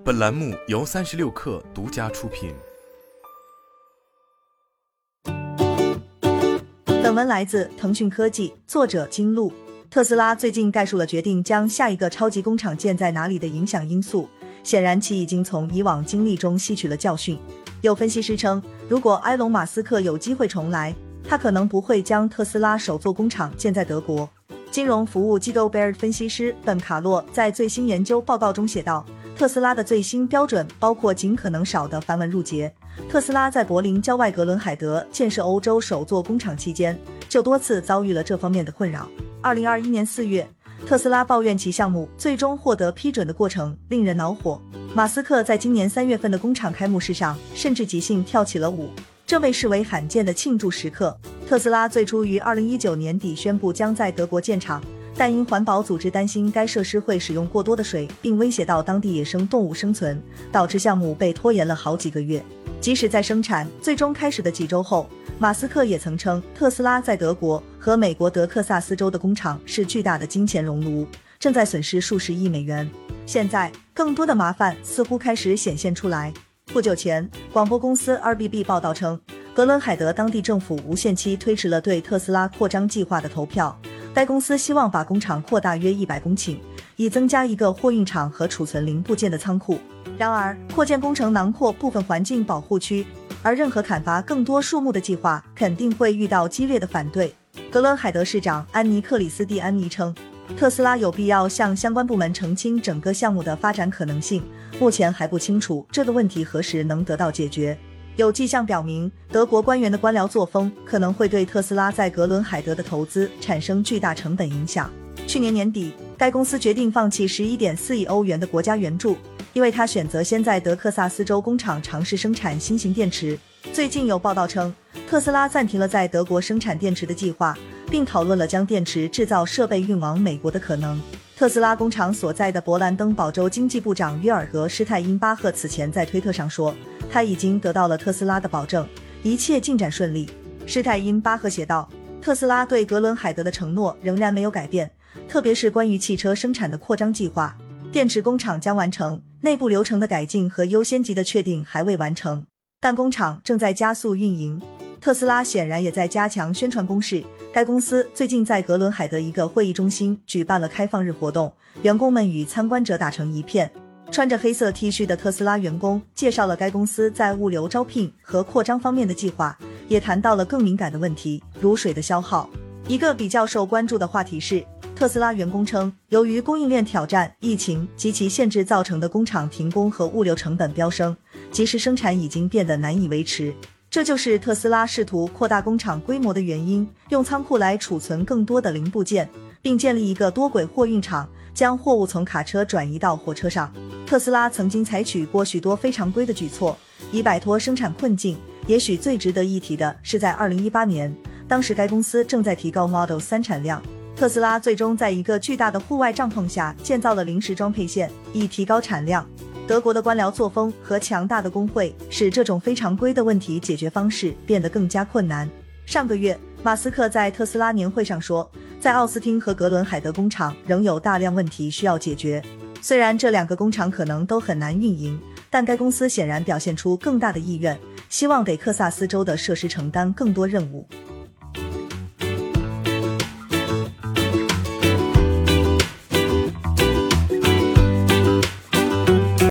本栏目由36氪独家出品。 本文来自腾讯科技，作者金路。特斯拉最近概述了决定将下一个超级工厂建在哪里的影响因素，显然其已经从以往经历中吸取了教训。有分析师称，如果埃隆·马斯克有机会重来，他可能不会将特斯拉首座工厂建在德国。金融服务机构 Baird 分析师本·卡洛在最新研究报告中写道，特斯拉的最新标准包括尽可能少的繁文缛节。特斯拉在柏林郊外格伦海德建设欧洲首座工厂期间，就多次遭遇了这方面的困扰。2021年4月，特斯拉抱怨其项目最终获得批准的过程令人恼火。马斯克在今年3月份的工厂开幕式上甚至即兴跳起了舞，这被视为罕见的庆祝时刻。特斯拉最初于2019年底宣布将在德国建厂，但因环保组织担心该设施会使用过多的水，并威胁到当地野生动物生存，导致项目被拖延了好几个月。即使在生产最终开始的几周后，马斯克也曾称特斯拉在德国和美国德克萨斯州的工厂是巨大的金钱熔炉，正在损失数十亿美元。现在更多的麻烦似乎开始显现出来。不久前，广播公司 RBB 报道称，格伦海德当地政府无限期推迟了对特斯拉扩张计划的投票。该公司希望把工厂扩大约100公顷，以增加一个货运场和储存零部件的仓库。然而，扩建工程囊括部分环境保护区，而任何砍伐更多树木的计划肯定会遇到激烈的反对。格伦海德市长安妮克里斯蒂安妮称，特斯拉有必要向相关部门澄清整个项目的发展可能性，目前还不清楚这个问题何时能得到解决。有迹象表明，德国官员的官僚作风可能会对特斯拉在格伦海德的投资产生巨大成本影响。去年年底，该公司决定放弃11.4亿欧元的国家援助，因为它选择先在德克萨斯州工厂尝试生产新型电池。最近有报道称，特斯拉暂停了在德国生产电池的计划，并讨论了将电池制造设备运往美国的可能。特斯拉工厂所在的勃兰登堡州经济部长约尔格施泰因巴赫此前在推特上说，他已经得到了特斯拉的保证，一切进展顺利。施泰因巴赫写道，特斯拉对格伦海德的承诺仍然没有改变，特别是关于汽车生产的扩张计划。电池工厂将完成，内部流程的改进和优先级的确定还未完成，但工厂正在加速运营。特斯拉显然也在加强宣传攻势，该公司最近在格伦海德一个会议中心举办了开放日活动，员工们与参观者打成一片。穿着黑色 T 恤的特斯拉员工介绍了该公司在物流招聘和扩张方面的计划，也谈到了更敏感的问题，如水的消耗。一个比较受关注的话题是，特斯拉员工称，由于供应链挑战、疫情及其限制造成的工厂停工和物流成本飙升，即时生产已经变得难以维持。这就是特斯拉试图扩大工厂规模的原因，用仓库来储存更多的零部件，并建立一个多轨货运场，将货物从卡车转移到火车上。特斯拉曾经采取过许多非常规的举措，以摆脱生产困境。也许最值得一提的是在2018年，当时该公司正在提高 Model 3产量，特斯拉最终在一个巨大的户外帐篷下建造了临时装配线，以提高产量。德国的官僚作风和强大的工会使这种非常规的问题解决方式变得更加困难。上个月，马斯克在特斯拉年会上说，在奥斯汀和格伦海德工厂仍有大量问题需要解决。虽然这2个工厂可能都很难运营，但该公司显然表现出更大的意愿，希望德克萨斯州的设施承担更多任务。